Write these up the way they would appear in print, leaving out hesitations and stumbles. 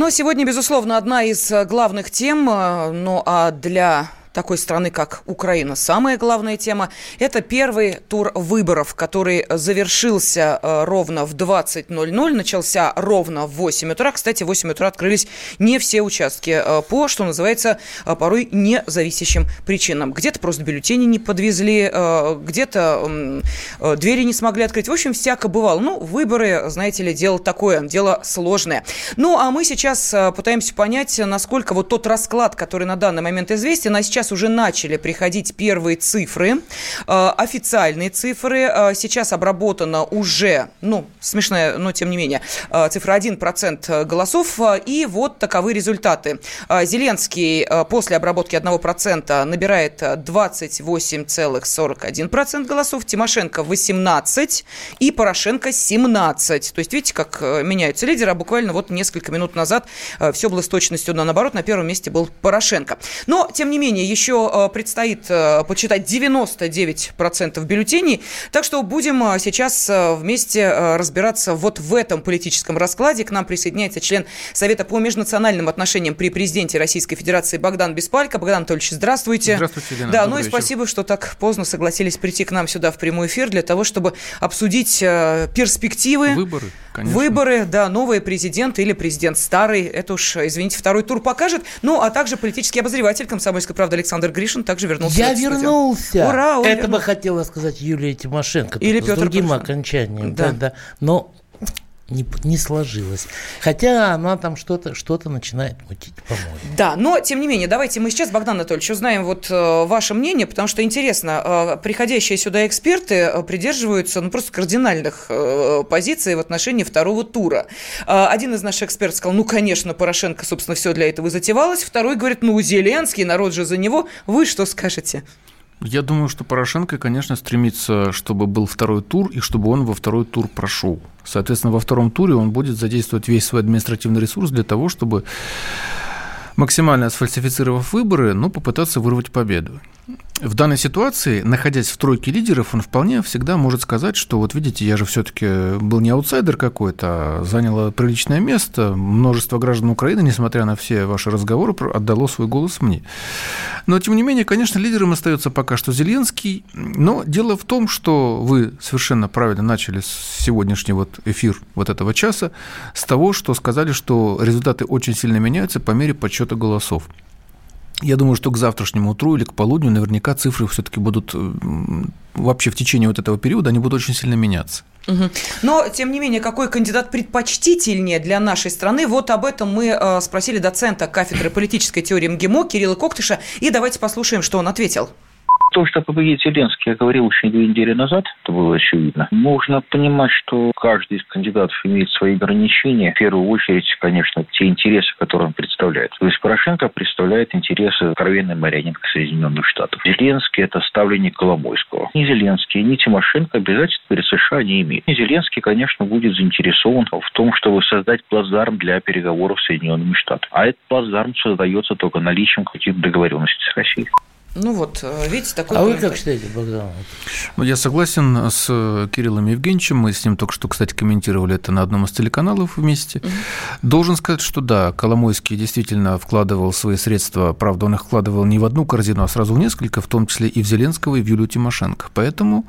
Но сегодня, безусловно, одна из главных тем, ну а для такой страны, как Украина, самая главная тема – это первый тур выборов, который завершился ровно в 20:00, начался ровно в 8 утра. Кстати, в 8 утра открылись не все участки по, что называется, порой независящим причинам. Где-то просто бюллетени не подвезли, где-то двери не смогли открыть. В общем, всяко бывало. Ну, выборы, знаете ли, дело такое, дело сложное. Ну, а мы сейчас пытаемся понять, насколько вот тот расклад, который на данный момент известен, а сейчас уже начали приходить первые цифры, официальные цифры. Сейчас обработано уже, смешная, но тем не менее, цифра 1% голосов. И вот таковы результаты. Зеленский после обработки 1% набирает 28,41% голосов, Тимошенко 18% и Порошенко 17%. То есть, видите, как меняются лидеры, а буквально вот несколько минут назад все было с точностью наоборот. На первом месте был Порошенко. Но, тем не менее, еще предстоит подсчитать 99% бюллетеней, так что будем сейчас вместе разбираться вот в этом политическом раскладе. К нам присоединяется член Совета по межнациональным отношениям при президенте Российской Федерации Богдан Беспалько. Богдан Анатольевич, здравствуйте. Здравствуйте, Елена. Да, ну и спасибо, что так поздно согласились прийти к нам сюда в прямой эфир для того, чтобы обсудить перспективы. Выборы, конечно. Выборы, да, новый президент или президент старый. Это уж, извините, второй тур покажет. Ну, а также политический обозреватель «Комсомольской правды» Александр Гришин также вернулся. Я вернулся. Ура, это бы хотела сказать Юлия Тимошенко. Или с Петр другим Порошенко. окончанием. Да. Но не сложилось. Хотя она там что-то начинает мутить, по-моему. Да, но, тем не менее, давайте мы сейчас, Богдан Анатольевич, узнаем вот ваше мнение, потому что интересно, приходящие сюда эксперты придерживаются просто кардинальных позиций в отношении второго тура. Один из наших экспертов сказал, конечно, Порошенко, собственно, все для этого и затевалось. Второй говорит, Зеленский, народ же за него. Вы что скажете? Я думаю, что Порошенко, конечно, стремится, чтобы был второй тур и чтобы он во второй тур прошел. Соответственно, во втором туре он будет задействовать весь свой административный ресурс для того, чтобы, максимально сфальсифицировав выборы, попытаться вырвать победу. В данной ситуации, находясь в тройке лидеров, он вполне всегда может сказать, что вот видите, я же все-таки был не аутсайдер какой-то, а занял приличное место. Множество граждан Украины, несмотря на все ваши разговоры, отдало свой голос мне. Но, тем не менее, конечно, лидером остается пока что Зеленский. Но дело в том, что вы совершенно правильно начали сегодняшний эфир этого часа с того, что сказали, что результаты очень сильно меняются по мере подсчета голосов. Я думаю, что к завтрашнему утру или к полудню наверняка цифры все-таки будут вообще в течение этого периода, они будут очень сильно меняться. Угу. Но, тем не менее, какой кандидат предпочтительнее для нашей страны? Вот об этом мы спросили доцента кафедры политической теории МГИМО Кирилла Коктыша, и давайте послушаем, что он ответил. То, что победит Зеленский, я говорил еще 2 недели назад, это было очевидно. Можно понимать, что каждый из кандидатов имеет свои ограничения. В первую очередь, конечно, те интересы, которые он представляет. То есть Порошенко представляет интересы откровенной марионетки Соединенных Штатов. Зеленский – это ставленник Коломойского. Ни Зеленский, ни Тимошенко обязательств перед США не имеют. И Зеленский, конечно, будет заинтересован в том, чтобы создать плацдарм для переговоров с Соединенными Штатами. А этот плацдарм создается только наличием каких-то договоренностей с Россией. Видите, такой... А вы как считаете, Богдан? Я согласен с Кириллом Евгеньевичем, мы с ним только что, кстати, комментировали это на одном из телеканалов вместе. Должен сказать, что да, Коломойский действительно вкладывал свои средства, правда, он их вкладывал не в одну корзину, а сразу в несколько, в том числе и в Зеленского, и в Юлию Тимошенко. Поэтому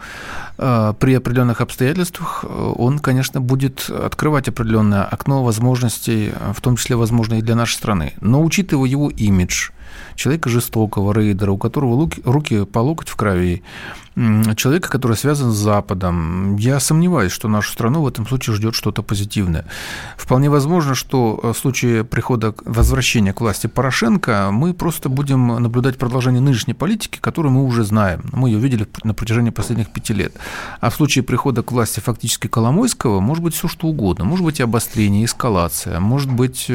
при определенных обстоятельствах он, конечно, будет открывать определенное окно возможностей, в том числе, возможно, и для нашей страны. Но учитывая его имидж, человека жестокого, рейдера, у которого руки по локоть в крови, человека, который связан с Западом, я сомневаюсь, что нашу страну в этом случае ждет что-то позитивное. Вполне возможно, что в случае возвращения к власти Порошенко мы просто будем наблюдать продолжение нынешней политики, которую мы уже знаем. Мы ее видели на протяжении последних 5 лет. А в случае прихода к власти фактически Коломойского может быть все что угодно. Может быть и обострение, эскалация, может быть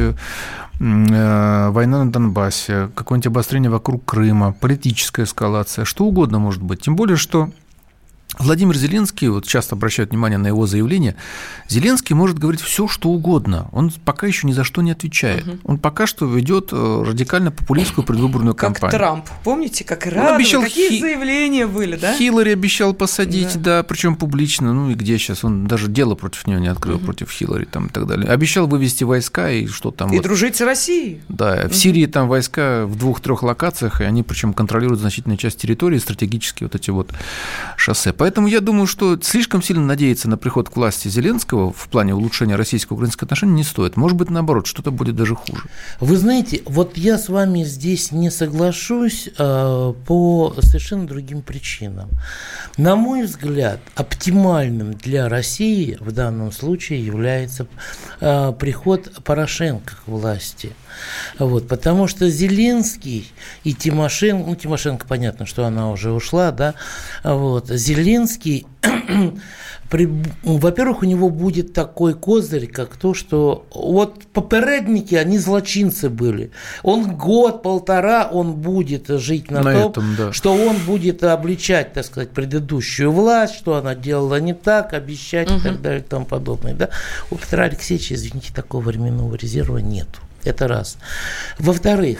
война на Донбассе, какое-нибудь обострение вокруг Крыма, политическая эскалация, что угодно может быть. Тем более, что Владимир Зеленский, вот часто обращают внимание на его заявление, Зеленский может говорить все, что угодно. Он пока еще ни за что не отвечает. Он пока что ведет радикально-популистскую предвыборную кампанию. Как Трамп. Помните, как радовал, какие заявления были, да? Хиллари обещал посадить, да, причем публично. Ну и где сейчас? Он даже дело против него не открыл, против Хиллари там, и так далее. Обещал вывести войска и что там. И дружить с Россией. Да, в Сирии там войска в 2-3 локациях, и они причем контролируют значительную часть территории, стратегические вот эти вот шоссе. Поэтому я думаю, что слишком сильно надеяться на приход к власти Зеленского в плане улучшения российско-украинских отношений не стоит. Может быть, наоборот, что-то будет даже хуже. Вы знаете, вот я с вами здесь не соглашусь по совершенно другим причинам. На мой взгляд, оптимальным для России в данном случае является приход Порошенко к власти. Вот, потому что Зеленский и Тимошенко, ну, Тимошенко, понятно, что она уже ушла, да, вот, Зеленский, во-первых, у него будет такой козырь, как то, что вот попередники, они злочинцы были. Он год-полтора, он будет жить на том, этом, да, что он будет обличать, так сказать, предыдущую власть, что она делала не так, обещать и так далее и тому подобное. Да? У Петра Алексеевича, извините, такого временного резерва нету. Это раз. Во-вторых,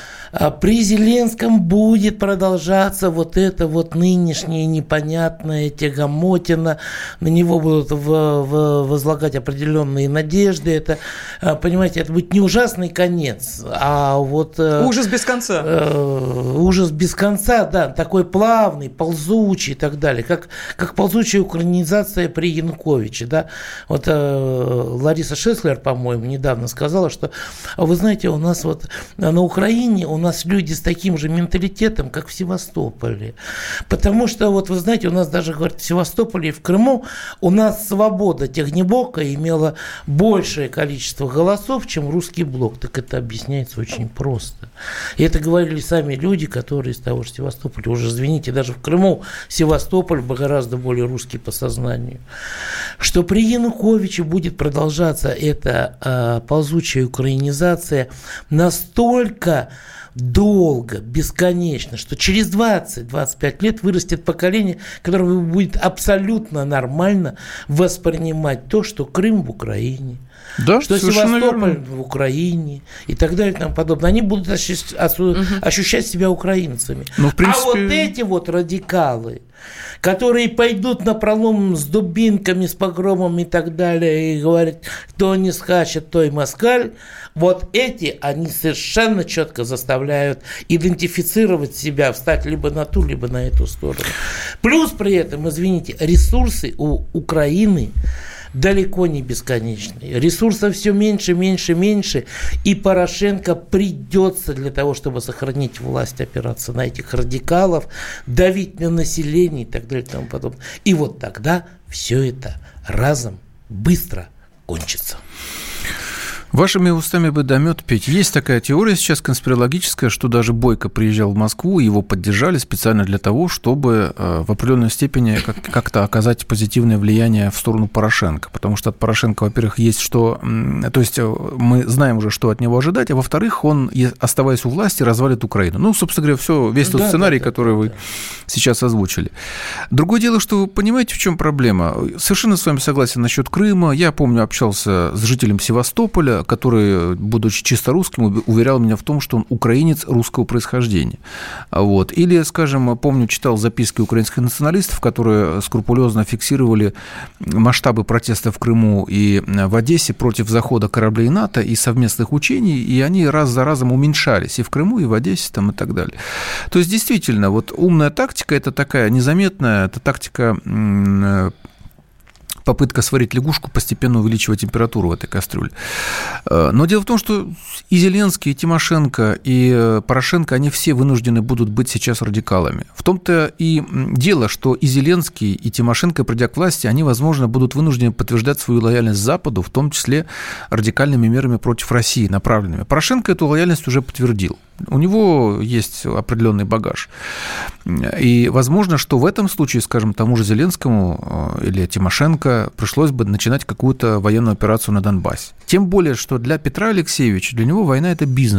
при Зеленском будет продолжаться вот это вот нынешнее непонятное тягомотина, на него будут возлагать определенные надежды, это, понимаете, это будет не ужасный конец, а вот... Ужас без конца. Ужас без конца, да, такой плавный, ползучий и так далее, как ползучая украинизация при Януковиче, да. Вот Лариса Шеслер, по-моему, недавно сказала, что, вы знаете, у нас вот на Украине у нас люди с таким же менталитетом, как в Севастополе. Потому что, вот вы знаете, у нас даже, говорят, в Севастополе и в Крыму у нас свобода технеблока имела большее количество голосов, чем русский блок. Так это объясняется очень просто. И это говорили сами люди, которые из того же Севастополя. Уже, извините, даже в Крыму Севастополь гораздо более русский по сознанию. Что при Януковиче будет продолжаться эта ползучая украинизация настолько долго, бесконечно, что через 20-25 лет вырастет поколение, которое будет абсолютно нормально воспринимать то, что Крым в Украине, да, что Севастополь в Украине и так далее и тому подобное. Они будут ощущать себя украинцами. Ну, в принципе... А вот эти вот радикалы, которые пойдут на пролом с дубинками, с погромом и так далее, и говорят, кто не скачет, той москаль, вот эти, они совершенно четко заставляют идентифицировать себя, встать либо на ту, либо на эту сторону. Плюс при этом, извините, ресурсы у Украины далеко не бесконечные. Ресурсов все меньше, меньше, меньше. И Порошенко придется для того, чтобы сохранить власть, опираться на этих радикалов, давить на население и так далее и тому подобное. И вот тогда все это разом, быстро кончится. Вашими устами бы да мед пить. Есть такая теория сейчас конспирологическая, что даже Бойко приезжал в Москву, его поддержали специально для того, чтобы в определенной степени как-то оказать позитивное влияние в сторону Порошенко. Потому что от Порошенко, во-первых, есть что... То есть мы знаем уже, что от него ожидать, а во-вторых, он, оставаясь у власти, развалит Украину. Ну, собственно говоря, весь тот сценарий, который вы сейчас озвучили. Другое дело, что вы понимаете, в чем проблема. Совершенно с вами согласен насчет Крыма. Я помню, общался с жителем Севастополя, который, будучи чисто русским, уверял меня в том, что он украинец русского происхождения. Вот. Или, скажем, помню, читал записки украинских националистов, которые скрупулезно фиксировали масштабы протеста в Крыму и в Одессе против захода кораблей НАТО и совместных учений, и они раз за разом уменьшались и в Крыму, и в Одессе там, и так далее. То есть, действительно, вот умная тактика – это такая незаметная, это тактика... попытка сварить лягушку, постепенно увеличивая температуру в этой кастрюле. Но дело в том, что и Зеленский, и Тимошенко, и Порошенко, они все вынуждены будут быть сейчас радикалами. В том-то и дело, что и Зеленский, и Тимошенко, придя к власти, они, возможно, будут вынуждены подтверждать свою лояльность Западу, в том числе радикальными мерами против России направленными. Порошенко эту лояльность уже подтвердил. У него есть определенный багаж. И возможно, что в этом случае, скажем, тому же Зеленскому или Тимошенко пришлось бы начинать какую-то военную операцию на Донбассе. Тем более, что для Петра Алексеевича, для него война – это бизнес.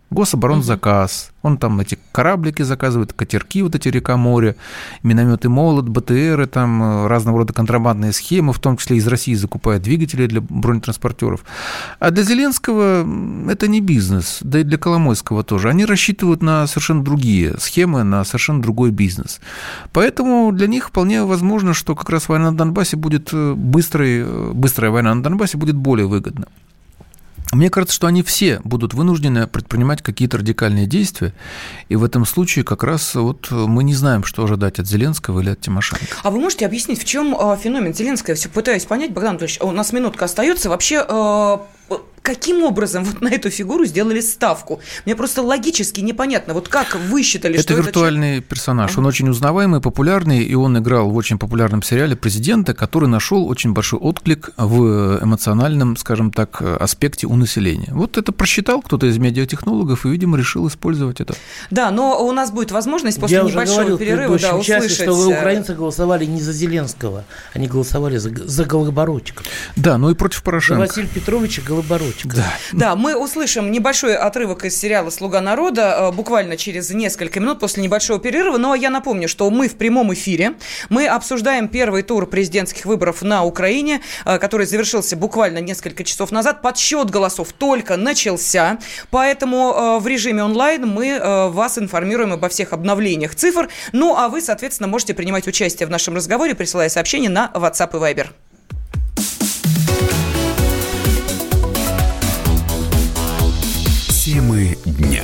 Гособоронзаказ. Он там эти кораблики заказывает, катерки, вот эти река-море, минометы «Молот», БТРы, там разного рода контрабандные схемы, в том числе из России закупает двигатели для бронетранспортеров. А для Зеленского это не бизнес, да и для Коломойского тоже. Они рассчитывают на совершенно другие схемы, на совершенно другой бизнес. Поэтому для них вполне возможно, что как раз война на Донбассе будет быстрая война на Донбассе будет более выгодна. Мне кажется, что они все будут вынуждены предпринимать какие-то радикальные действия, и в этом случае как раз вот мы не знаем, что ожидать от Зеленского или от Тимошенко. А вы можете объяснить, в чем феномен Зеленского? Я все пытаюсь понять, Богдан Анатольевич, у нас минутка остается. Вообще, каким образом вот на эту фигуру сделали ставку? Мне просто логически непонятно. Вот как вы считали, что это виртуальный персонаж. Он очень узнаваемый, популярный, и он играл в очень популярном сериале президента, который нашел очень большой отклик в эмоциональном, скажем так, аспекте у населения. Вот это просчитал кто-то из медиатехнологов и, видимо, решил использовать это. Да, но у нас будет возможность после небольшого перерыва услышать... что украинцы голосовали не за Зеленского, они голосовали за Голобородчика. Да, ну и против Порошенко. За Василия Петровича Голобородчика. Да, мы услышим небольшой отрывок из сериала «Слуга народа» буквально через несколько минут после небольшого перерыва. Но я напомню, что мы в прямом эфире. Мы обсуждаем первый тур президентских выборов на Украине, который завершился буквально несколько часов назад. Подсчет голосов только начался. Поэтому в режиме онлайн мы вас информируем обо всех обновлениях цифр. Ну, а вы, соответственно, можете принимать участие в нашем разговоре, присылая сообщения на WhatsApp и Viber. Темы дня.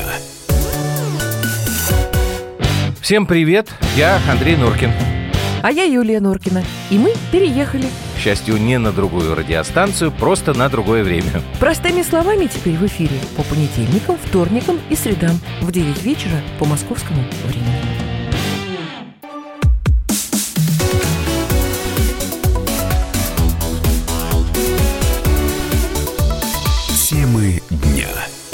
Всем привет, я Андрей Норкин. А я Юлия Норкина. И мы переехали. К счастью, не на другую радиостанцию, просто на другое время. Простыми словами теперь в эфире по понедельникам, вторникам и средам в 9 вечера по московскому времени. Темы дня.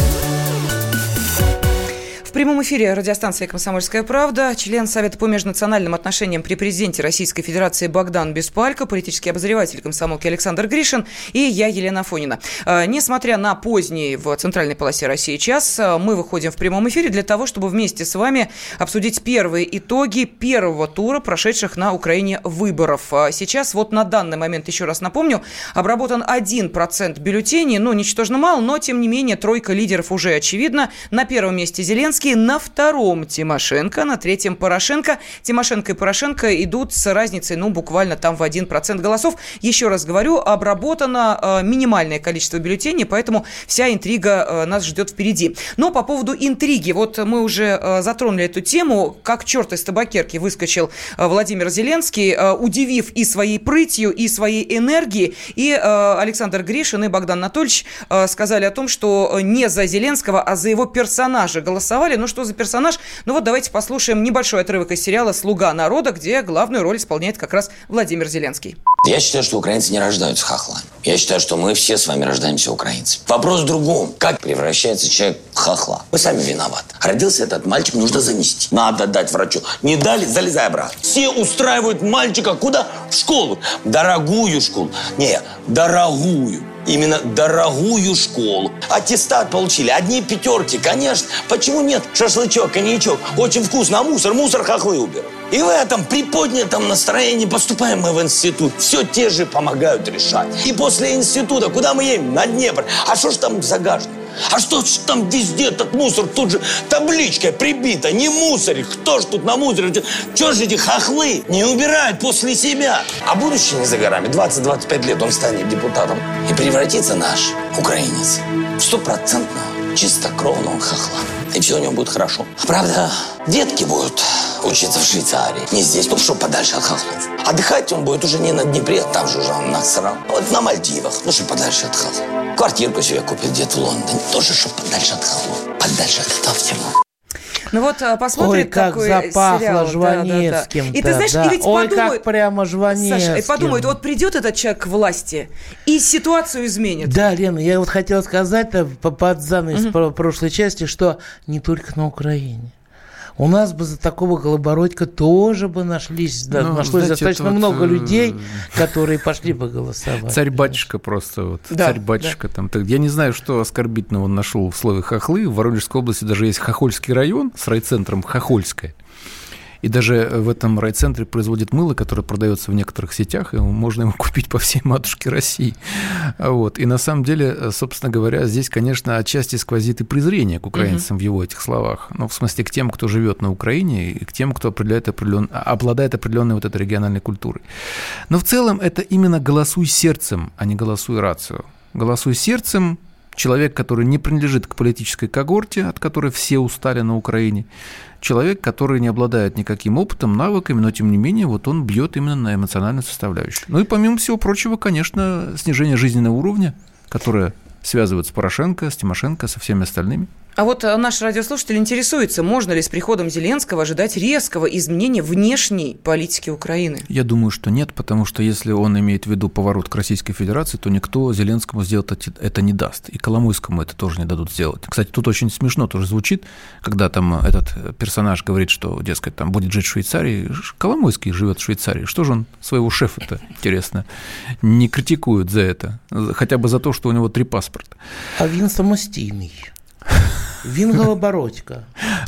В прямом эфире радиостанции «Комсомольская правда» член Совета по межнациональным отношениям при президенте Российской Федерации Богдан Беспалько, политический обозреватель комсомолки Александр Гришин и я, Елена Афонина. Несмотря на поздний в центральной полосе России час, мы выходим в прямом эфире для того, чтобы вместе с вами обсудить первые итоги первого тура прошедших на Украине выборов. Сейчас вот на данный момент, еще раз напомню, обработан 1% бюллетеней, ничтожно мало, но тем не менее тройка лидеров уже очевидна. На первом месте Зеленский, на втором Тимошенко, на третьем Порошенко. Тимошенко и Порошенко идут с разницей, буквально там в 1% голосов. Еще раз говорю, обработано минимальное количество бюллетеней, поэтому вся интрига нас ждет впереди. Но по поводу интриги, вот мы уже затронули эту тему, как черт из табакерки выскочил Владимир Зеленский, удивив и своей прытью, и своей энергией. И Александр Гришин и Богдан Анатольевич сказали о том, что не за Зеленского, а за его персонажа голосовали. Ну, что за персонаж? Давайте послушаем небольшой отрывок из сериала «Слуга народа», где главную роль исполняет как раз Владимир Зеленский. Я считаю, что украинцы не рождаются хохлами. Я считаю, что мы все с вами рождаемся украинцами. Вопрос в другом. Как превращается человек в хохла? Вы сами виноваты. Родился этот мальчик, нужно занести. Надо дать врачу. Не дали, залезай обратно. Все устраивают мальчика куда? В школу. Дорогую школу. Не, дорогую. Именно дорогую школу. Аттестат получили. Одни пятерки, конечно. Почему нет? Шашлычок, коньячок. Очень вкусно. А мусор хохлы уберут. И в этом приподнятом настроении поступаем мы в институт. Все те же помогают решать. И после института куда мы едем? На Днепр. А что ж там загажено? А что ж там везде этот мусор? Тут же табличкой прибита. Не мусорить. Кто ж тут на мусоре? Чего же эти хохлы не убирают после себя? А будущее не за горами. 20-25 лет он станет депутатом. И превратится наш украинец в 100% чистокровного хохла. И все у него будет хорошо. Правда, детки будут учиться в Швейцарии. Не здесь, чтобы подальше от хохлов. Отдыхать он будет уже не на Днепре, там же уже он насрал. Вот на Мальдивах, чтобы подальше от хохлов. Квартирку себе купит где-то в Лондоне. Тоже, чтобы подальше от хохлов. Подальше от этого всего. Посмотрит ой, как такой запахло сериал. Жванецким. Да. И ты знаешь, и ведь ой, подумают, как прямо Жванецким. Саша, и подумают, вот придет этот человек к власти и ситуацию изменит. Да, Лена, я вот хотел сказать по подзану из прошлой части, что не только на Украине. у нас бы за такого Голобородько тоже бы нашлось знаете, достаточно много людей, которые пошли бы голосовать. Царь-батюшка просто. Вот. Да, царь-батюшка. Да. Там, я не знаю, что оскорбительного он нашел в слове «хохлы». В Воронежской области даже есть Хохольский район с райцентром Хохольское. И даже в этом райцентре производят мыло, которое продается в некоторых сетях, и можно его купить по всей матушке России. Вот. И на самом деле, собственно говоря, здесь, конечно, отчасти сквозит и презрение к украинцам в его этих словах. Ну, в смысле, к тем, кто живет на Украине, и к тем, кто обладает определенной вот этой региональной культурой. Но в целом это именно голосуй сердцем, а не голосуй рацио. Голосуй сердцем. Человек, который не принадлежит к политической когорте, от которой все устали на Украине. Человек, который не обладает никаким опытом, навыками, но, тем не менее, вот он бьет именно на эмоциональную составляющую. Ну и, помимо всего прочего, конечно, снижение жизненного уровня, которое связывают с Порошенко, с Тимошенко, со всеми остальными. А вот наш радиослушатель интересуется, можно ли с приходом Зеленского ожидать резкого изменения внешней политики Украины? Я думаю, что нет, потому что если он имеет в виду поворот к Российской Федерации, то никто Зеленскому сделать это не даст. И Коломойскому это тоже не дадут сделать. Кстати, тут очень смешно тоже звучит, когда там этот персонаж говорит, что, дескать, там будет жить в Швейцарии. Коломойский живет в Швейцарии. Что же он своего шефа-то, интересно, не критикует за это? Хотя бы за то, что у него 3 паспорта. А він самостійний. Він Голобородько.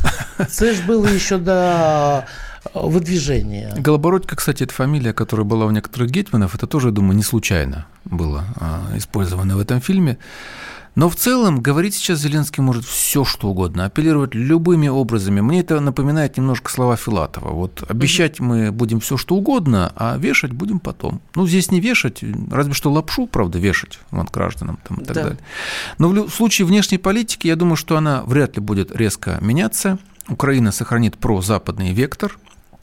Це ж было еще до выдвижения. Голобородько, кстати, это фамилия, которая была у некоторых гетьманов. Это тоже, я думаю, не случайно было использовано в этом фильме. Но в целом говорить сейчас Зеленский может все, что угодно, апеллировать любыми образами. Мне это напоминает немножко слова Филатова. Вот обещать мы будем все, что угодно, а вешать будем потом. Ну, здесь не вешать, разве что лапшу, правда, вешать гражданам там, и так далее. Но в случае внешней политики, я думаю, что она вряд ли будет резко меняться. Украина сохранит прозападный вектор.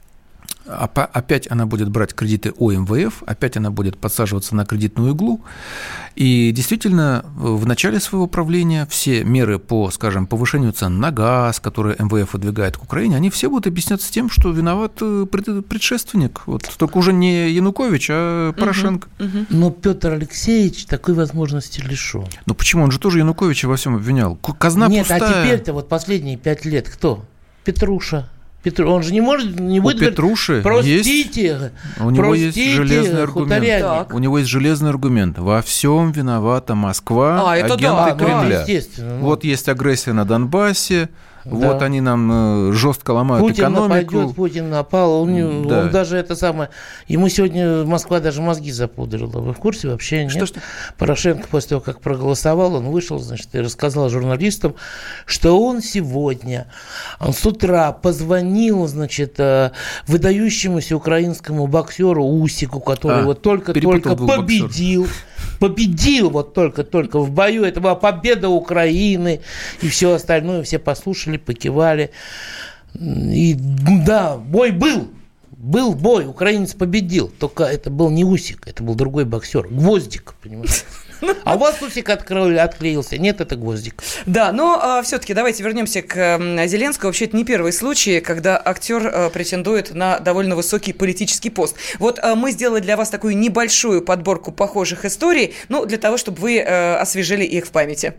Опять она будет брать кредиты у МВФ, опять она будет подсаживаться на кредитную иглу. И действительно, в начале своего правления все меры по, скажем, повышению цен на газ, которые МВФ выдвигает к Украине, они все будут объясняться тем, что виноват предшественник. Вот, только уже не Янукович, а Порошенко. Но Петр Алексеевич такой возможности лишен. Ну почему? Он же тоже Януковича во всем обвинял. Казна пустая. Нет, а теперь-то вот последние 5 лет кто? Петруша. Он же не будет говорить, Петруши простите, у него есть железный аргумент. У него есть железный аргумент. Во всем виновата Москва, агенты Кремля. Вот есть агрессия на Донбассе. Да. Вот они нам жестко ломают Путин экономику. Нападет, Путин напал. Он даже это самое. Ему сегодня Москва даже мозги запудрила. Вы в курсе вообще? Нет? Что? Порошенко после того, как проголосовал, он вышел, значит, и рассказал журналистам, что он сегодня, с утра позвонил, значит, выдающемуся украинскому боксеру Усику, который вот только-только победил. Победил вот только-только в бою. Это была победа Украины и все остальное. Все послушали, покивали. И да, бой был. Был бой. Украинец победил. Только это был не Усик, это был другой боксер. Гвоздик, понимаете? А у вас Усик отклеился. Нет, это Гвоздик. Да, но все-таки давайте вернемся к Зеленскому. Вообще, это не первый случай, когда актер претендует на довольно высокий политический пост. Вот мы сделали для вас такую небольшую подборку похожих историй, ну, для того, чтобы вы освежили их в памяти.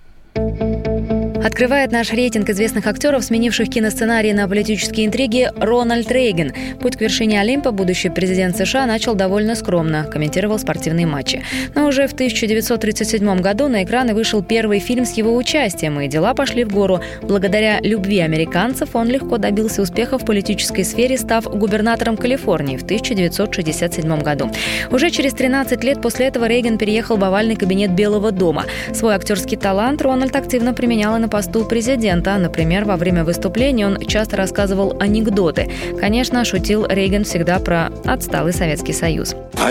Открывает наш рейтинг известных актеров, сменивших киносценарии на политические интриги, Рональд Рейган. Путь к вершине Олимпа будущий президент США начал довольно скромно, комментировал спортивные матчи. Но уже в 1937 году на экраны вышел первый фильм с его участием, и дела пошли в гору. Благодаря любви американцев он легко добился успеха в политической сфере, став губернатором Калифорнии в 1967 году. Уже через 13 лет после этого Рейган переехал в овальный кабинет Белого дома. Свой актерский талант Рональд активно применял и на посту президента. Например, во время выступления он часто рассказывал анекдоты. Конечно, шутил Рейган всегда про отсталый Советский Союз.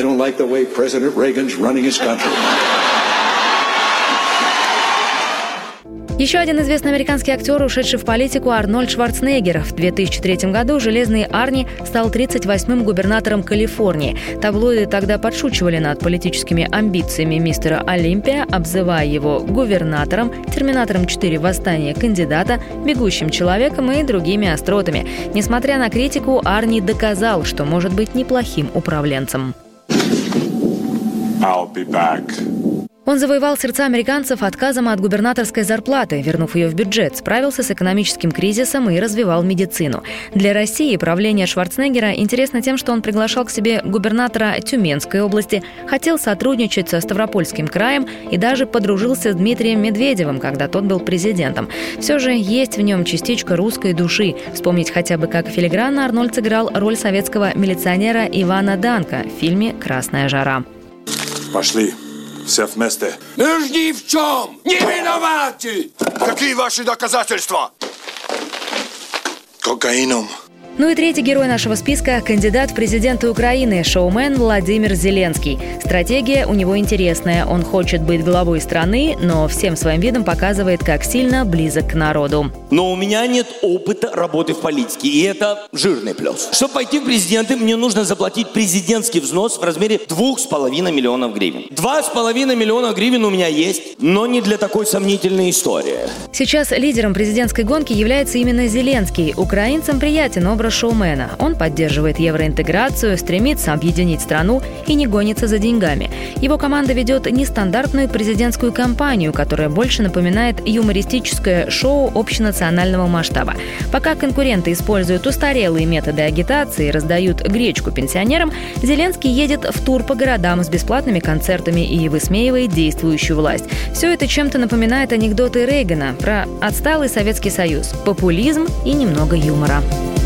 Еще один известный американский актер, ушедший в политику, Арнольд Шварценеггер. В 2003 году «Железный Арни» стал 38-м губернатором Калифорнии. Таблоиды тогда подшучивали над политическими амбициями мистера Олимпия, обзывая его губернатором, Терминатором 4. Восстание кандидата, Бегущим человеком и другими остротами. Несмотря на критику, Арни доказал, что может быть неплохим управленцем. I'll be back. Он завоевал сердца американцев отказом от губернаторской зарплаты, вернув ее в бюджет, справился с экономическим кризисом и развивал медицину. Для России правление Шварценеггера интересно тем, что он приглашал к себе губернатора Тюменской области, хотел сотрудничать со Ставропольским краем и даже подружился с Дмитрием Медведевым, когда тот был президентом. Все же есть в нем частичка русской души. Вспомнить хотя бы, как филигранно Арнольд сыграл роль советского милиционера Ивана Данка в фильме «Красная жара». Пошли. Все вместе. Мы ж ни в чем не виноваты. Какие ваши доказательства? Кокаином. Ну и третий герой нашего списка – кандидат в президенты Украины, шоумен Владимир Зеленский. Стратегия у него интересная. Он хочет быть главой страны, но всем своим видом показывает, как сильно близок к народу. Но у меня нет опыта работы в политике, и это жирный плюс. Чтобы пойти в президенты, мне нужно заплатить президентский взнос в размере 2,5 миллионов гривен. 2,5 миллиона гривен у меня есть, но не для такой сомнительной истории. Сейчас лидером президентской гонки является именно Зеленский. Украинцам приятен образ шоумена. Он поддерживает евроинтеграцию, стремится объединить страну и не гонится за деньгами. Его команда ведет нестандартную президентскую кампанию, которая больше напоминает юмористическое шоу общенационального масштаба. Пока конкуренты используют устарелые методы агитации и раздают гречку пенсионерам, Зеленский едет в тур по городам с бесплатными концертами и высмеивает действующую власть. Все это чем-то напоминает анекдоты Рейгана про отсталый Советский Союз, популизм и немного юмора.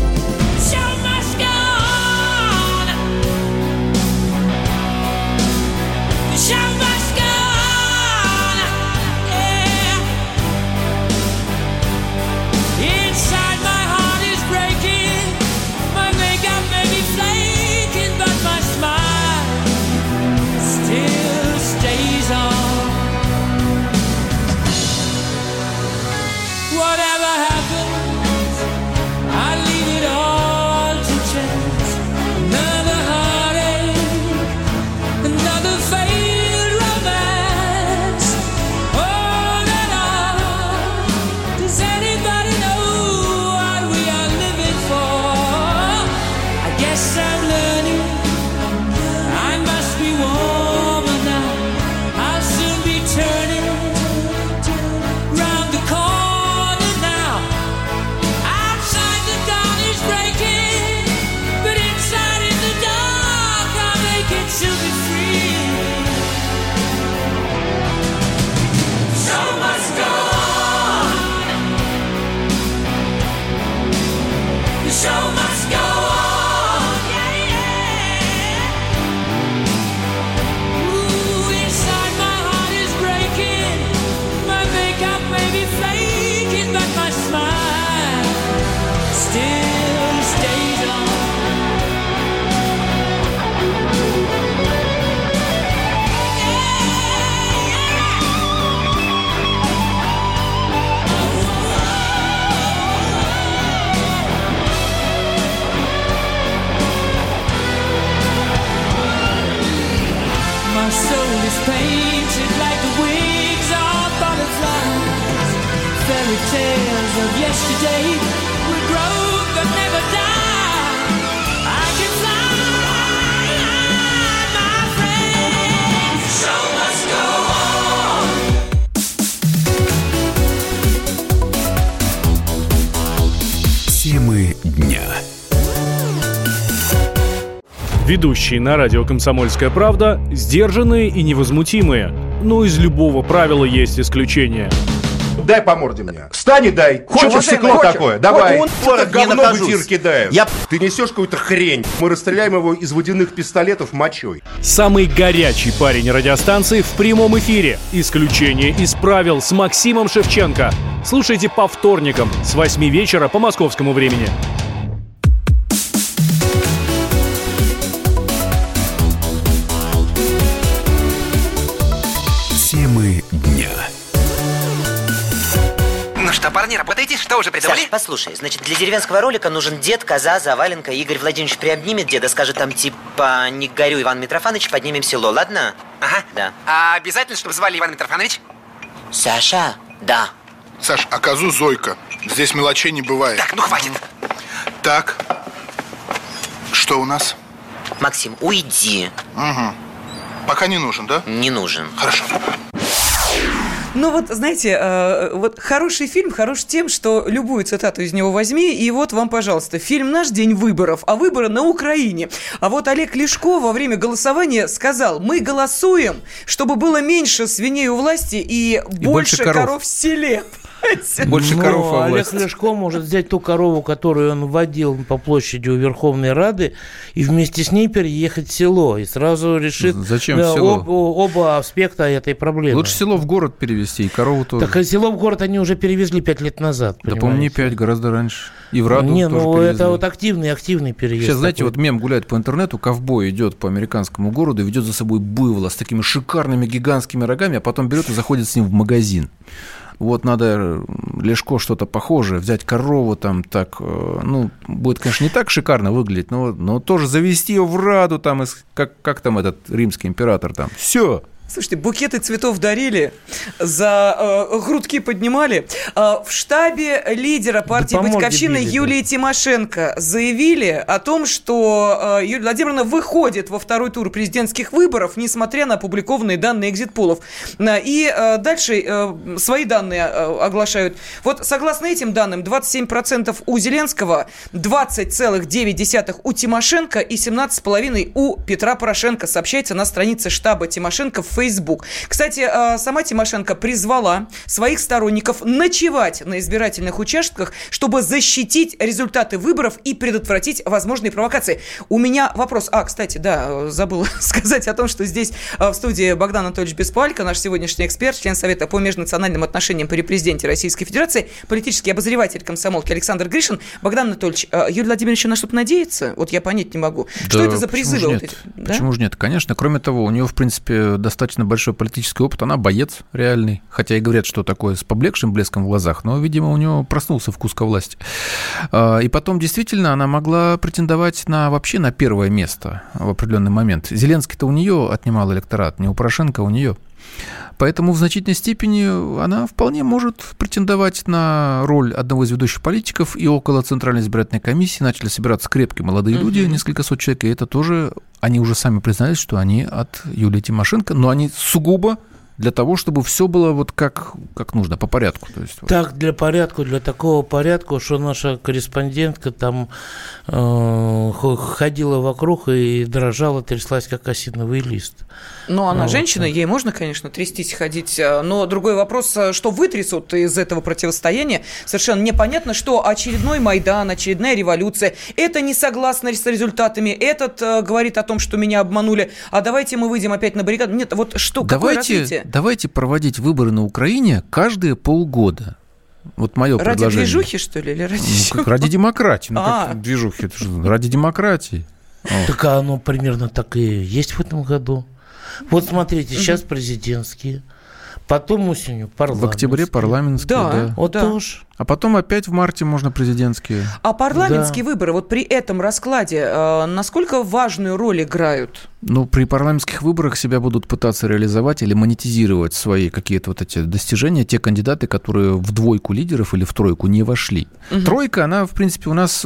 Темы дня. Ведущие на радио «Комсомольская правда» сдержанные и невозмутимые. Но из любого правила есть исключение. Дай по морде мне. Встань и дай. Хочешь стекло такое? Давай. Вот говно в эфир кидаем. Ты несешь какую-то хрень. Мы расстреляем его из водяных пистолетов мочой. Самый горячий парень радиостанции в прямом эфире. Исключение из правил с Максимом Шевченко. Слушайте по вторникам с 8 вечера по московскому времени. Темы дня. Ну что, парни, работаете? Что уже придумали? Саш, послушай, значит, для деревенского ролика нужен дед, коза, заваленка. Игорь Владимирович приобнимет деда, скажет там типа: не горюй, Иван Митрофанович, поднимем село, ладно? Ага. Да. А обязательно, чтобы звали Иван Митрофанович? Саша? Да. Саш, а козу Зойка. Здесь мелочей не бывает. Так, ну хватит. Так. Что у нас? Максим, уйди. Угу. Пока не нужен, да? Не нужен. Хорошо. Ну вот, знаете, вот хороший фильм хорош тем, что любую цитату из него возьми, и вот вам, пожалуйста, фильм «Наш день выборов», а выборы на Украине. А вот Олег Ляшко во время голосования сказал: мы голосуем, чтобы было меньше свиней у власти и больше коров в селе. Больше коров во власти. Олег Ляшко может взять ту корову, которую он водил по площади у Верховной Рады, и вместе с ней переехать в село. И сразу решит оба аспекта этой проблемы. Лучше село в город перевезти, и корову тоже. Так село в город они уже перевезли 5 лет назад. Да, по-моему, не 5, гораздо раньше. И в Раду тоже перевезли. Это вот активный переезд. Сейчас, знаете, вот мем гуляет по интернету, ковбой идет по американскому городу и ведет за собой буйвола с такими шикарными гигантскими рогами, а потом берет и заходит с ним в магазин. Вот надо Ляшко что-то похожее, взять корову там так, будет, конечно, не так шикарно выглядеть, но тоже завести ее в Раду, там, как там этот римский император там, все. Слушайте, букеты цветов дарили, за грудки поднимали. В штабе лидера партии «Батьковщина» Юлии Тимошенко заявили о том, что Юлия Владимировна выходит во второй тур президентских выборов, несмотря на опубликованные данные экзит-полов. И дальше свои данные оглашают. Вот согласно этим данным, 27% у Зеленского, 20,9% у Тимошенко и 17,5% у Петра Порошенко, сообщается на странице штаба Тимошенко в Facebook. Кстати, сама Тимошенко призвала своих сторонников ночевать на избирательных участках, чтобы защитить результаты выборов и предотвратить возможные провокации. У меня вопрос. Кстати, да, забыла сказать о том, что здесь в студии Богдан Анатольевич Беспалько, наш сегодняшний эксперт, член Совета по межнациональным отношениям при президенте Российской Федерации, политический обозреватель комсомолки Александр Гришин. Богдан Анатольевич, Юрий Владимирович на что-то надеется? Вот я понять не могу. Да, что это за призывы? Вот эти, почему же нет? Конечно. Кроме того, у нее, в принципе, достаточно большой политический опыт, она боец реальный, хотя и говорят, что такое с поблекшим блеском в глазах, но, видимо, у нее проснулся вкус ко власти. И потом, действительно, она могла претендовать вообще на первое место в определенный момент. Зеленский-то у нее отнимал электорат, не у Порошенко, а у нее. Поэтому в значительной степени она вполне может претендовать на роль одного из ведущих политиков, и около Центральной избирательной комиссии начали собираться крепкие молодые люди, несколько сот человек, и это тоже, они уже сами признались, что они от Юлии Тимошенко, но они сугубо для того, чтобы все было вот как нужно, по порядку. То есть, так, для такого порядка, что наша корреспондентка там ходила вокруг и дрожала, тряслась, как осиновый лист. Ну, она женщина, ей можно, конечно, трястись, ходить, но другой вопрос, что вытрясут из этого противостояния, совершенно непонятно, что очередной Майдан, очередная революция, это не согласно с результатами, этот говорит о том, что меня обманули, а давайте мы выйдем опять на баррикады. Нет, вот что, какое развитие? Давайте проводить выборы на Украине каждые полгода. Вот мое предложение. Ради движухи, что ли, или ради чего? Ради демократии. Как движухи? Ради демократии. Так оно примерно так и есть в этом году. Вот смотрите, сейчас президентские, потом осенью парламентские. В октябре парламентские, да. Вот тоже. А потом опять в марте можно президентские. А парламентские выборы вот при этом раскладе насколько важную роль играют? Ну, при парламентских выборах себя будут пытаться реализовать или монетизировать свои какие-то вот эти достижения те кандидаты, которые в двойку лидеров или в тройку не вошли. Тройка, она, в принципе, у нас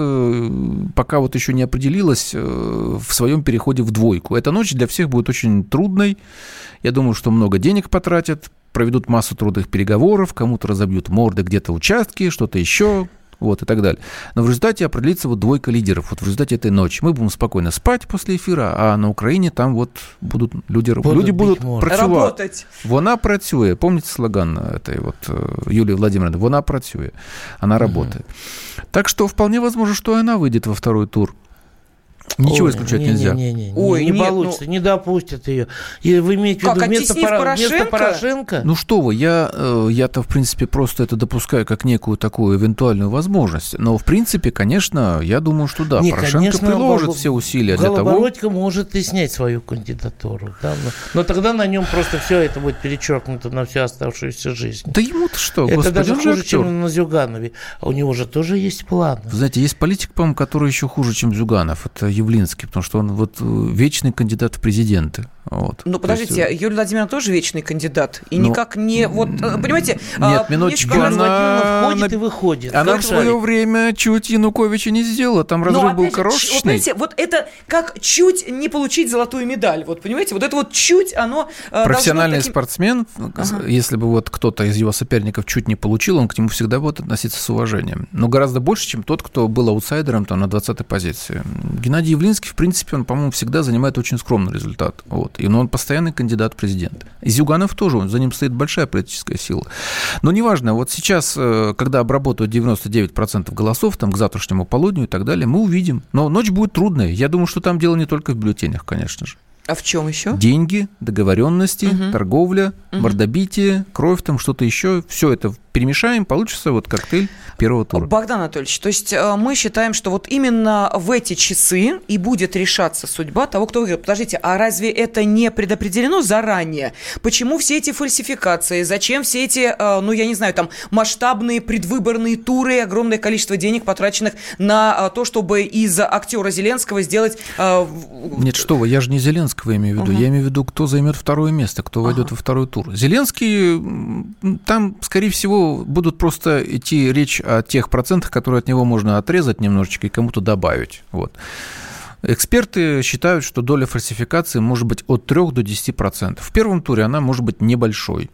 пока вот еще не определилась в своем переходе в двойку. Эта ночь для всех будет очень трудной. Я думаю, что много денег потратят, проведут массу трудных переговоров, кому-то разобьют морды где-то участки, что-то еще, вот, и так далее. Но в результате определится вот двойка лидеров. Вот в результате этой ночи мы будем спокойно спать после эфира, а на Украине там вот будут люди будут работать. Вона працює. Помните слоган этой вот Юлии Владимировны? Вона працює. Она работает. Так что вполне возможно, что она выйдет во второй тур. Ничего исключать нельзя. Не получится, не допустят ее. И вы имеете в виду вместо Порошенко? Ну что вы, я-то, в принципе, просто это допускаю как некую такую эвентуальную возможность. Но, в принципе, конечно, я думаю, что да, Порошенко приложит все усилия для того... Голобородько может и снять свою кандидатуру. Да? Но тогда на нем просто все это будет перечеркнуто на всю оставшуюся жизнь. Да ему-то что? Это даже хуже, чем на Зюганове. А у него же тоже есть планы. Знаете, есть политик, по-моему, который еще хуже, чем Зюганов. Это Явлинский, потому что он вот вечный кандидат в президенты. Вот. Ну, подождите, Юлия Владимировна тоже вечный кандидат. И никак не... Вот, понимаете... Нет, минуточку, она входит и выходит. Она в свое время чуть Януковича не сделала. Там разрыв был крошечный. Вот, понимаете, вот это как чуть не получить золотую медаль. Вот, понимаете, вот это вот чуть оно... Профессиональный спортсмен, если бы вот кто-то из его соперников чуть не получил, он к нему всегда будет относиться с уважением. Но гораздо больше, чем тот, кто был аутсайдером там, на 20-й позиции. Геннадий Явлинский, в принципе, он, по-моему, всегда занимает очень скромный результат. Вот. Но он постоянный кандидат в президенты. И Зюганов тоже, за ним стоит большая политическая сила. Но неважно, вот сейчас, когда обработают 99% голосов, там, к завтрашнему полудню и так далее, мы увидим. Но ночь будет трудная. Я думаю, что там дело не только в бюллетенях, конечно же. А в чем еще? Деньги, договоренности, торговля, мордобитие, кровь, там что-то еще. Все это перемешаем, получится вот коктейль первого тура. Богдан Анатольевич, то есть мы считаем, что вот именно в эти часы и будет решаться судьба того, кто выиграет. Подождите, а разве это не предопределено заранее? Почему все эти фальсификации? Зачем все эти, ну, я не знаю, там, масштабные предвыборные туры и огромное количество денег, потраченных на то, чтобы из актера Зеленского сделать... Нет, что вы, я же не Зеленского имею в виду. Я имею в виду, кто займет второе место, кто войдет во второй тур. Зеленский, там, скорее всего, будут просто идти речь о тех процентах, которые от него можно отрезать немножечко и кому-то добавить. Вот. Эксперты считают, что доля фальсификации может быть от 3 до 10%. В первом туре она может быть небольшой,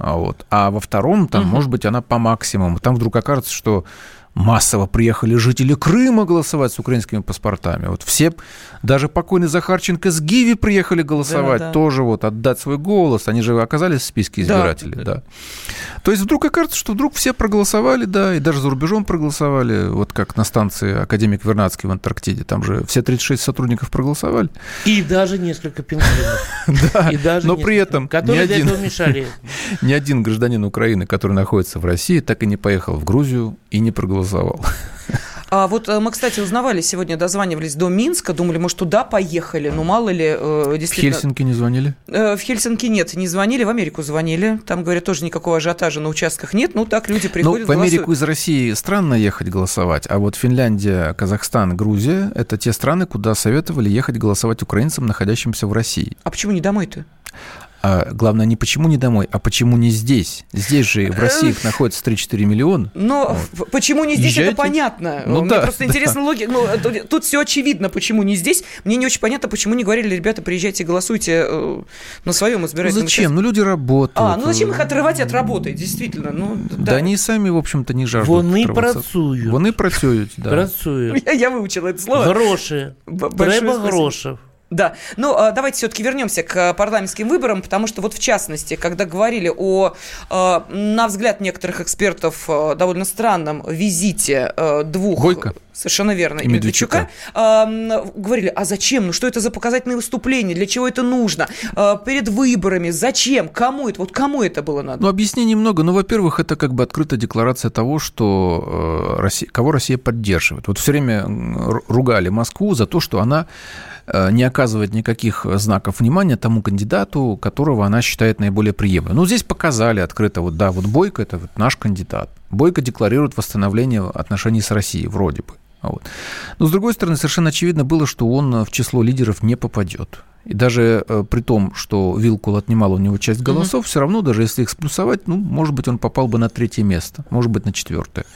а во втором там, может быть, она по максимуму. Там вдруг окажется, что массово приехали жители Крыма голосовать с украинскими паспортами. Вот все, даже покойный Захарченко с Гиви приехали голосовать, тоже вот отдать свой голос. Они же оказались в списке избирателей. Да. То есть вдруг окажется, что вдруг все проголосовали, да, и даже за рубежом проголосовали, вот как на станции Академик Вернадский в Антарктиде. Там же все 36 сотрудников проголосовали. И даже несколько пингвинов. Да, но при этом ни один гражданин Украины, который находится в России, так и не поехал в Грузию и не проголосовал. А вот мы, кстати, узнавали сегодня, дозванивались до Минска, думали, может, туда поехали, но мало ли действительно... В Хельсинки не звонили? В Хельсинки нет, не звонили, в Америку звонили. Там, говорят, тоже никакого ажиотажа на участках нет, ну так люди приходят, голосуют. В Америку из России странно ехать голосовать, а вот Финляндия, Казахстан, Грузия – это те страны, куда советовали ехать голосовать украинцам, находящимся в России. А почему не домой-то? А главное, не почему не домой, а почему не здесь. Здесь же в России их находится 3-4 миллиона. Но почему не здесь, езжайте. Это понятно. Мне просто интересна логика. Ну, тут все очевидно, почему не здесь. Мне не очень понятно, почему не говорили, ребята, приезжайте, голосуйте на своем избирательном участке. Зачем? Ну, люди работают. Ну зачем их отрывать от работы, действительно? Да они сами, в общем-то, не жаждут. Вони працюють. Вони працюють, да. Працюють. Я выучила это слово. Гроши. Треба грошей. Да, но давайте все-таки вернемся к парламентским выборам, потому что вот в частности, когда говорили о, на взгляд некоторых экспертов, довольно странном визите двух... Бойко. Совершенно верно. И Медведчука. Говорили, а зачем? Ну что это за показательные выступления? Для чего это нужно? Перед выборами? Зачем? Кому это? Вот кому это было надо? Ну, объяснений много. Ну, во-первых, это как бы открытая декларация того, что кого Россия поддерживает. Вот все время ругали Москву за то, что она не оказывает никаких знаков внимания тому кандидату, которого она считает наиболее приемлемым. Ну, здесь показали открыто, вот да, вот Бойко – это вот наш кандидат. Бойко декларирует восстановление отношений с Россией, вроде бы. Вот. Но, с другой стороны, совершенно очевидно было, что он в число лидеров не попадет. И даже при том, что Вилкул отнимал у него часть голосов, все равно, даже если их сплюсовать, ну, может быть, он попал бы на 3-е место, может быть, на 4-е.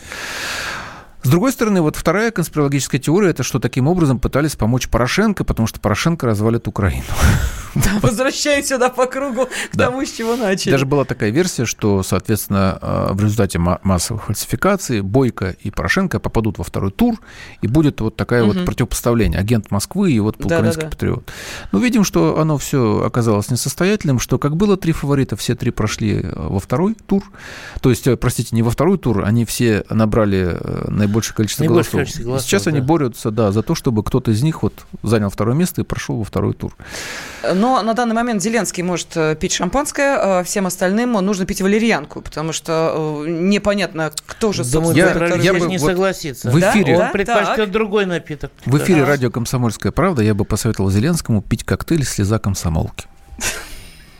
С другой стороны, вот вторая конспирологическая теория – это что таким образом пытались помочь Порошенко, потому что Порошенко развалит Украину. Да, возвращаясь сюда по кругу к тому, с чего начали. Даже была такая версия, что, соответственно, в результате массовых фальсификаций Бойко и Порошенко попадут во второй тур, и будет вот такое вот противопоставление. Агент Москвы и вот украинский патриот. Но видим, что оно все оказалось несостоятельным, что как было 3 фаворита, все 3 прошли во второй тур. То есть, простите, не во второй тур, они все набрали наибольшее количество голосов. Сейчас они борются, да, за то, чтобы кто-то из них вот занял 2-е место и прошел во второй тур. Но на данный момент Зеленский может пить шампанское, всем остальным нужно пить валерьянку, потому что непонятно, кто же, собственно... Я бы не согласиться. В эфире, он предпочтет другой напиток. В эфире радио «Комсомольская правда» я бы посоветовал Зеленскому пить коктейль «Слеза комсомолки».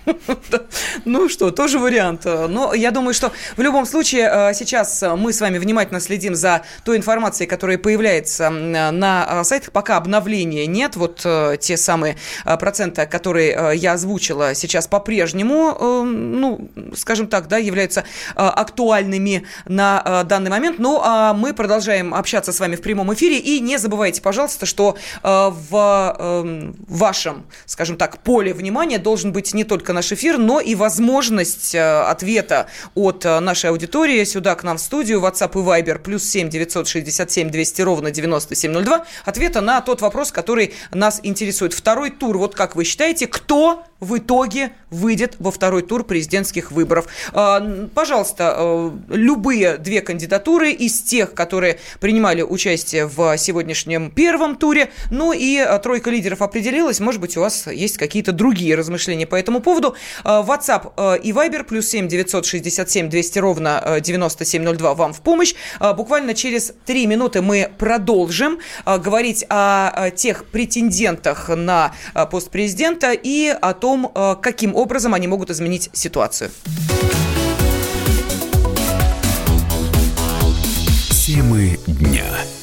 Ну что, тоже вариант. Но я думаю, что в любом случае сейчас мы с вами внимательно следим за той информацией, которая появляется на сайтах. Пока обновления нет. Вот те самые проценты, которые я озвучила сейчас по-прежнему, ну, скажем так, да, являются актуальными на данный момент. Ну, а мы продолжаем общаться с вами в прямом эфире. И не забывайте, пожалуйста, что в вашем, скажем так, поле внимания должен быть не только наш эфир, но и возможность ответа от нашей аудитории сюда к нам в студию, WhatsApp и Viber, +7 967 200 ровно 9702, ответа на тот вопрос, который нас интересует. Второй тур, вот как вы считаете, кто в итоге выйдет во второй тур президентских выборов? Пожалуйста, любые две кандидатуры из тех, которые принимали участие в сегодняшнем первом туре, ну и тройка лидеров определилась, может быть, у вас есть какие-то другие размышления по этому поводу. WhatsApp и Viber, +7 967 200 ровно 9702 вам в помощь. Буквально через 3 минуты мы продолжим говорить о тех претендентах на пост президента и о том, каким образом они могут изменить ситуацию. Темы дня.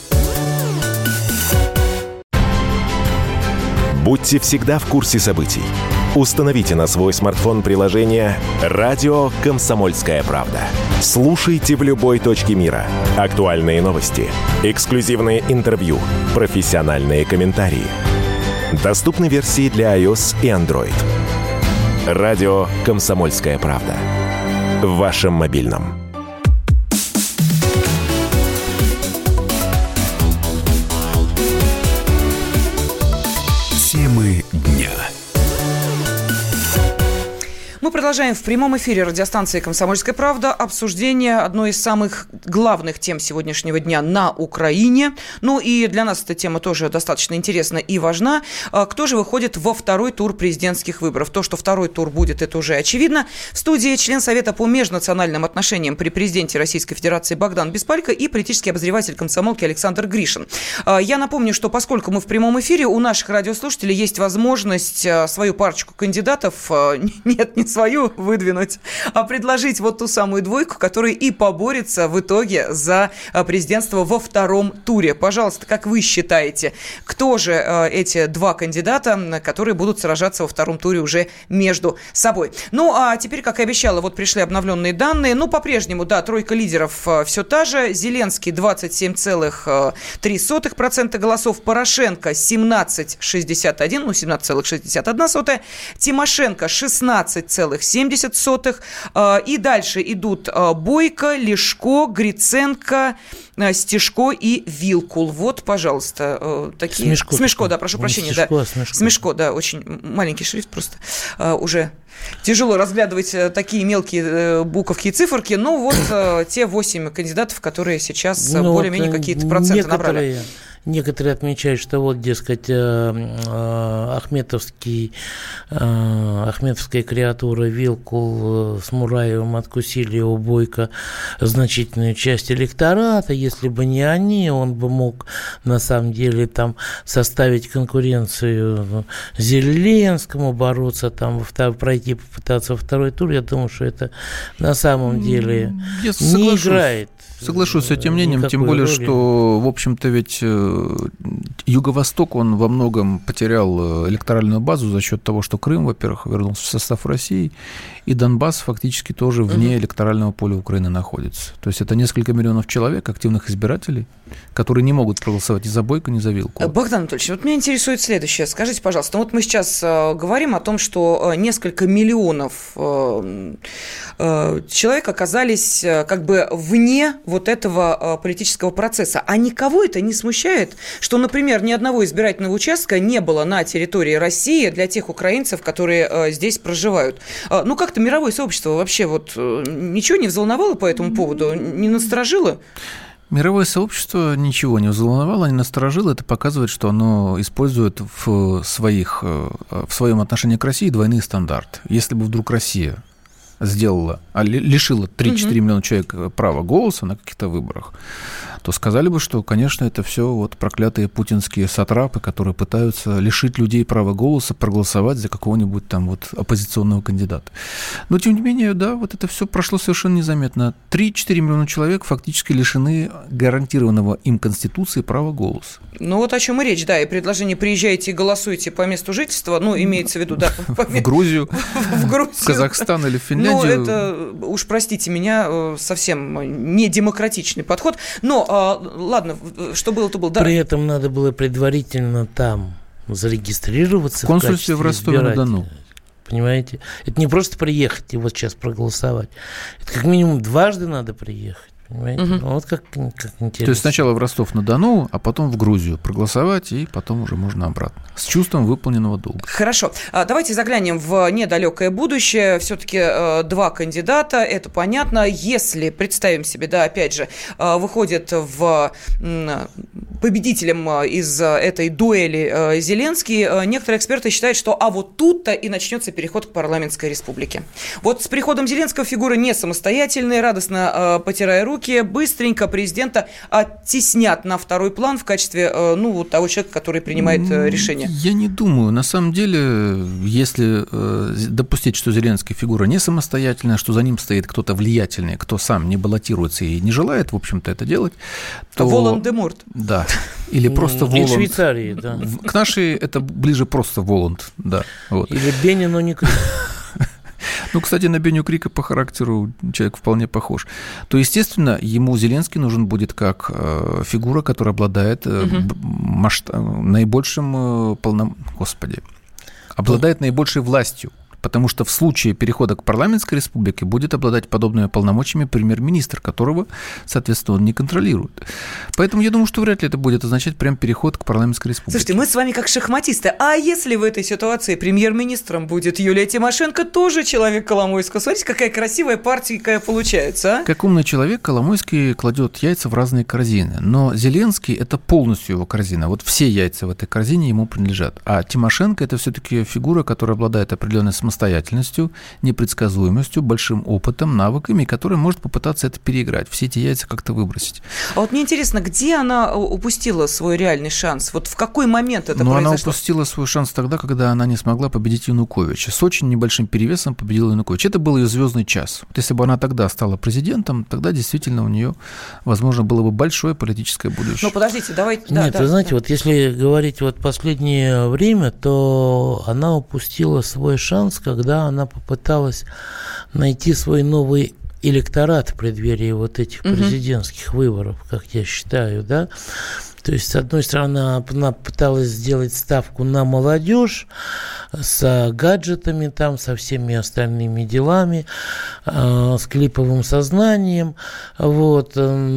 Будьте всегда в курсе событий. Установите на свой смартфон приложение «Радио Комсомольская правда». Слушайте в любой точке мира. Актуальные новости, эксклюзивные интервью, профессиональные комментарии. Доступны версии для iOS и Android. «Радио Комсомольская правда». В вашем мобильном. Темы дня. Мы продолжаем в прямом эфире радиостанции «Комсомольская правда» обсуждение одной из самых главных тем сегодняшнего дня на Украине. Ну и для нас эта тема тоже достаточно интересна и важна. Кто же выходит во второй тур президентских выборов? То, что второй тур будет, это уже очевидно. В студии член Совета по межнациональным отношениям при президенте Российской Федерации Богдан Беспалько и политический обозреватель комсомолки Александр Гришин. Я напомню, что поскольку мы в прямом эфире, у наших радиослушателей есть возможность свою парочку кандидатов, нет, не свою выдвинуть, а предложить вот ту самую двойку, которая и поборется в итоге за президентство во втором туре. Пожалуйста, как вы считаете, кто же эти два кандидата, которые будут сражаться во втором туре уже между собой? Ну, а теперь, как и обещала, вот пришли обновленные данные. Ну, по-прежнему, да, тройка лидеров все та же. Зеленский 27,3% голосов, Порошенко 17,61, ну, 17,61, Тимошенко 16,70. И дальше идут Бойко, Лешко, Гриценко, Стешко и Вилкул. Вот, пожалуйста, такие... Смешко, да, прошу прощения. Смешко, да, очень маленький шрифт просто уже... Тяжело разглядывать такие мелкие буковки и циферки. Ну, вот те 8 кандидатов, которые сейчас более-менее какие-то проценты набрали. Некоторые отмечают, что вот, дескать, ахметовская креатура Вилкул с Мураевым откусили у Бойко значительную часть электората. Если бы не они, он бы мог, на самом деле, там составить конкуренцию Зеленскому, бороться, там, пройти, попытаться во второй тур. Я думаю, что это на самом деле не играет. Соглашусь с этим мнением, тем более, что, в общем-то, ведь Юго-Восток, он во многом потерял электоральную базу за счет того, что Крым, во-первых, вернулся в состав России, и Донбасс фактически тоже вне электорального поля Украины находится. То есть это несколько миллионов человек, активных избирателей, которые не могут проголосовать ни за Бойко, ни за Вилкула. Богдан Анатольевич, вот меня интересует следующее. Скажите, пожалуйста, вот мы сейчас говорим о том, что несколько миллионов человек оказались как бы вне вот этого политического процесса. А никого это не смущает, что, например, ни одного избирательного участка не было на территории России для тех украинцев, которые здесь проживают? Ну, как-то мировое сообщество вообще вот ничего не взволновало по этому поводу? Не насторожило? Мировое сообщество ничего не взволновало, не насторожило. Это показывает, что оно использует в своем отношении к России двойные стандарты. Если бы вдруг Россия лишила 3-4 миллиона человек права голоса на каких-то выборах, то сказали бы, что, конечно, это все вот проклятые путинские сатрапы, которые пытаются лишить людей права голоса, проголосовать за какого-нибудь там вот оппозиционного кандидата. Но, тем не менее, да, вот это все прошло совершенно незаметно. 3-4 миллиона человек фактически лишены гарантированного им Конституции права голоса. Ну, вот о чем и речь, да, и предложение «приезжайте и голосуйте по месту жительства», ну, имеется в виду, да. В Грузию, в Казахстан или в Финляндию. Ну, это, уж простите меня, совсем не демократичный подход. Но, ладно, что было, то было. Да. При этом надо было предварительно там зарегистрироваться. В консульстве в Ростове-на-Дону. Понимаете? Это не просто приехать и вот сейчас проголосовать. Это как минимум дважды надо приехать. Понимаете? Ну, вот как интересно. То есть сначала в Ростов-на-Дону, а потом в Грузию проголосовать, и потом уже можно обратно. С чувством выполненного долга. Хорошо. Давайте заглянем в недалекое будущее. Все-таки 2 кандидата, это понятно. Если, представим себе, да, опять же, выходит победителем из этой дуэли Зеленский, некоторые эксперты считают, что вот тут-то и начнется переход к парламентской республике. Вот с приходом Зеленского фигуры не самостоятельные, радостно потирая руки, быстренько президента оттеснят на второй план в качестве, того человека, который принимает решения. Я не думаю. На самом деле, если допустить, что Зеленский фигура не самостоятельная, что за ним стоит кто-то влиятельный, кто сам не баллотируется и не желает, в общем-то, это делать, то... Волан-де-Морт. Да. Или просто Воланд. В Швейцарии, да. К нашей это ближе просто Воланд, да. Вот. Или Бенни, но не Крик. Ну, кстати, на Беню Крика по характеру человек вполне похож. То, естественно, ему Зеленский нужен будет как фигура, которая обладает наибольшим обладает наибольшей властью. Потому что в случае перехода к парламентской республике будет обладать подобными полномочиями премьер-министр, которого, соответственно, он не контролирует. Поэтому я думаю, что вряд ли это будет означать прям переход к парламентской республике. Слушайте, мы с вами как шахматисты. А если в этой ситуации премьер-министром будет Юлия Тимошенко, тоже человек Коломойского? Смотрите, какая красивая партия получается, а? Как умный человек, Коломойский кладет яйца в разные корзины. Но Зеленский – это полностью его корзина. Вот все яйца в этой корзине ему принадлежат. А Тимошенко – это все-таки фигура, которая обладает определенной самостоятельностью, непредсказуемостью, большим опытом, навыками, который может попытаться это переиграть, все эти яйца как-то выбросить. А вот мне интересно, где она упустила свой реальный шанс? Вот в какой момент это произошло? Она упустила свой шанс тогда, когда она не смогла победить Януковича. С очень небольшим перевесом победила Янукович. Это был ее звездный час. Вот если бы она тогда стала президентом, тогда действительно у нее, возможно, было бы большое политическое будущее. Ну, подождите, давайте... Нет, вы знаете, вот если говорить вот последнее время, то она упустила свой шанс, когда она попыталась найти свой новый электорат в преддверии вот этих президентских выборов, как я считаю, да. То есть, с одной стороны, она пыталась сделать ставку на молодежь с гаджетами, там, со всеми остальными делами, с клиповым сознанием, вот.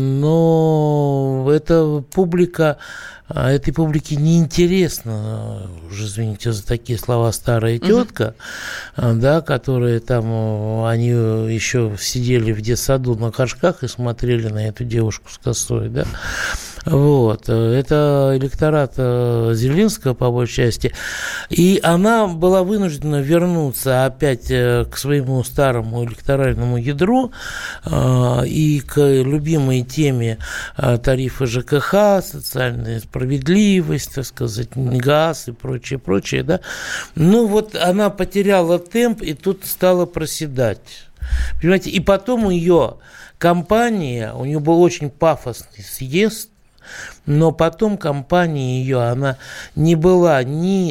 Но эта публика... Этой публике неинтересно, уже извините за такие слова, старая тетка, да, которые там, они еще сидели в детсаду на горшках и смотрели на эту девушку с косой, да. Вот. Это электорат Зеленского, по большей части. И она была вынуждена вернуться опять к своему старому электоральному ядру и к любимой теме тарифы ЖКХ, социальная справедливость, так сказать, газ и прочее, прочее, да. Ну, вот она потеряла темп и тут стала проседать. Понимаете, и потом у нее кампания, у нее был очень пафосный съезд, но потом кампания ее, она не была ни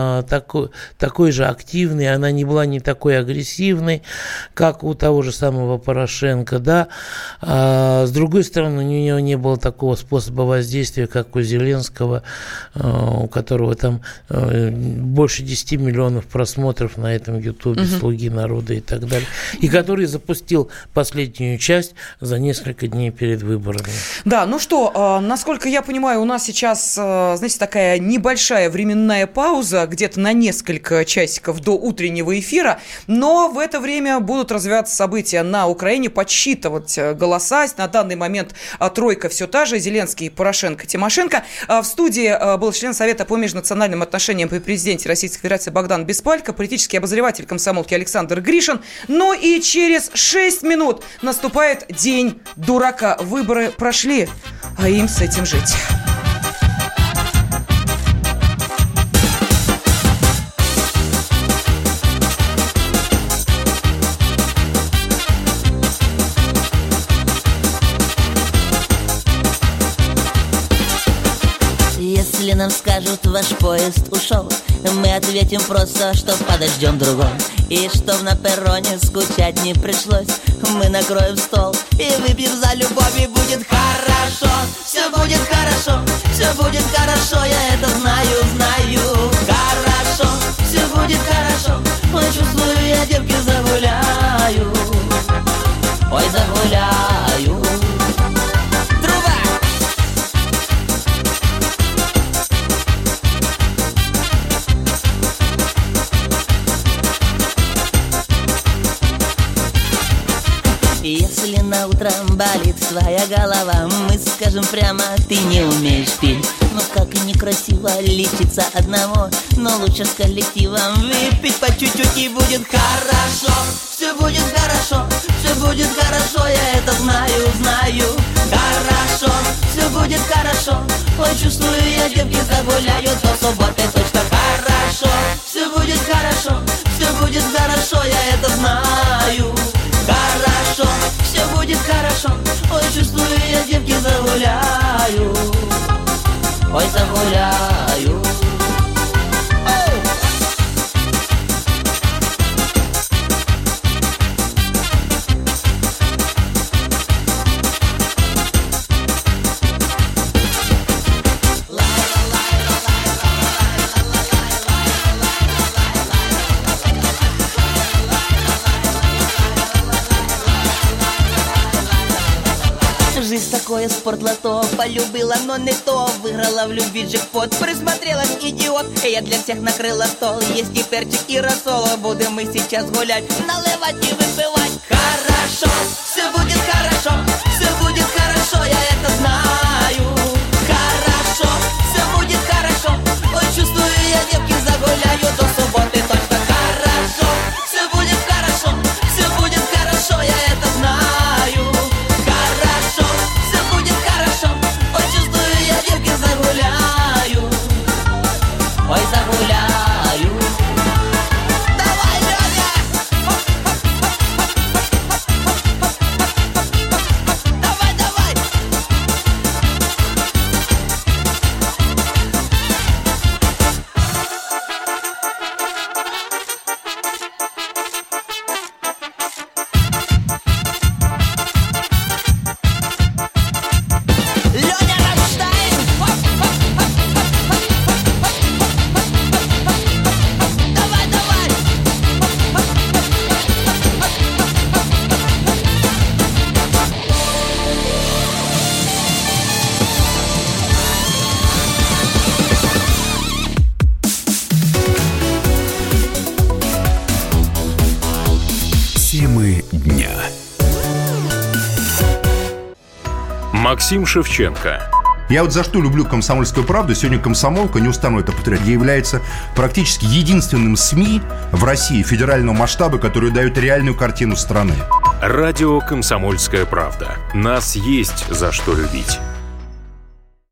такой же активной, она не была не такой агрессивной, как у того же самого Порошенко, да. С другой стороны, у нее не было такого способа воздействия, как у Зеленского, у которого там больше 10 миллионов просмотров на этом Ютубе, «Слуги народа» и так далее, и который запустил последнюю часть за несколько дней перед выборами. Да, ну что, насколько насколько я понимаю, у нас сейчас, знаете, такая небольшая временная пауза, где-то на несколько часиков до утреннего эфира, но в это время будут развиваться события на Украине, подсчитывать голоса. На данный момент тройка все та же: Зеленский, Порошенко, Тимошенко. В студии был член Совета по межнациональным отношениям при президенте Российской Федерации Богдан Беспалько, политический обозреватель комсомолки Александр Гришин. Ну и через 6 минут наступает день дурака. Выборы прошли, а им с этим жить. Если нам скажут, ваш поезд ушел, мы ответим просто, что подождем другой. И чтоб на перроне скучать не пришлось, мы накроем стол и выпьем за любовь, и будет хорошо. Все будет хорошо, все будет хорошо, я это знаю, знаю. Хорошо, все будет хорошо, ой, чувствую, я девки загуляю. Ой, загуляю. Если на утро болит твоя голова, мы скажем прямо, ты не умеешь петь. Ну как и некрасиво лечиться одному, но лучше с коллективом выпить по чуть-чуть, и будет хорошо. Все будет хорошо, все будет хорошо, я это знаю, знаю. Хорошо, все будет хорошо, ой, чувствую, я девки загуляю до субботы точно. Хорошо, все будет хорошо, все будет хорошо, я это знаю. Хорошо, все будет хорошо, ой, чувствую, я девки загуляю. Ой, загуляю. Жизнь такое спортлото, полюбила, но не то. Выиграла в любви джекпот, присмотрелась, идиот. Я для всех накрыла стол, есть и перчик, и рассол. Будем мы сейчас гулять, наливать и выпивать. Хорошо, все будет хорошо, все будет хорошо, я это знаю. Хорошо, все будет хорошо, ой, чувствую, я девки загуляю до субботы точно. Хорошо, все будет хорошо, все будет хорошо, я это знаю. Хорошо, все будет хорошо, ой, чувствую, я девки загуляю. Ой, загуляю. Давай, Лёня! Давай, давай! Лёня Рамштайн! Давай, давай! Темы дня. Максим Шевченко. Я вот за что люблю «Комсомольскую правду». Сегодня «Комсомолка», не устану это повторять, является практически единственным СМИ в России федерального масштаба, который дает реальную картину страны. Радио «Комсомольская правда». Нас есть за что любить.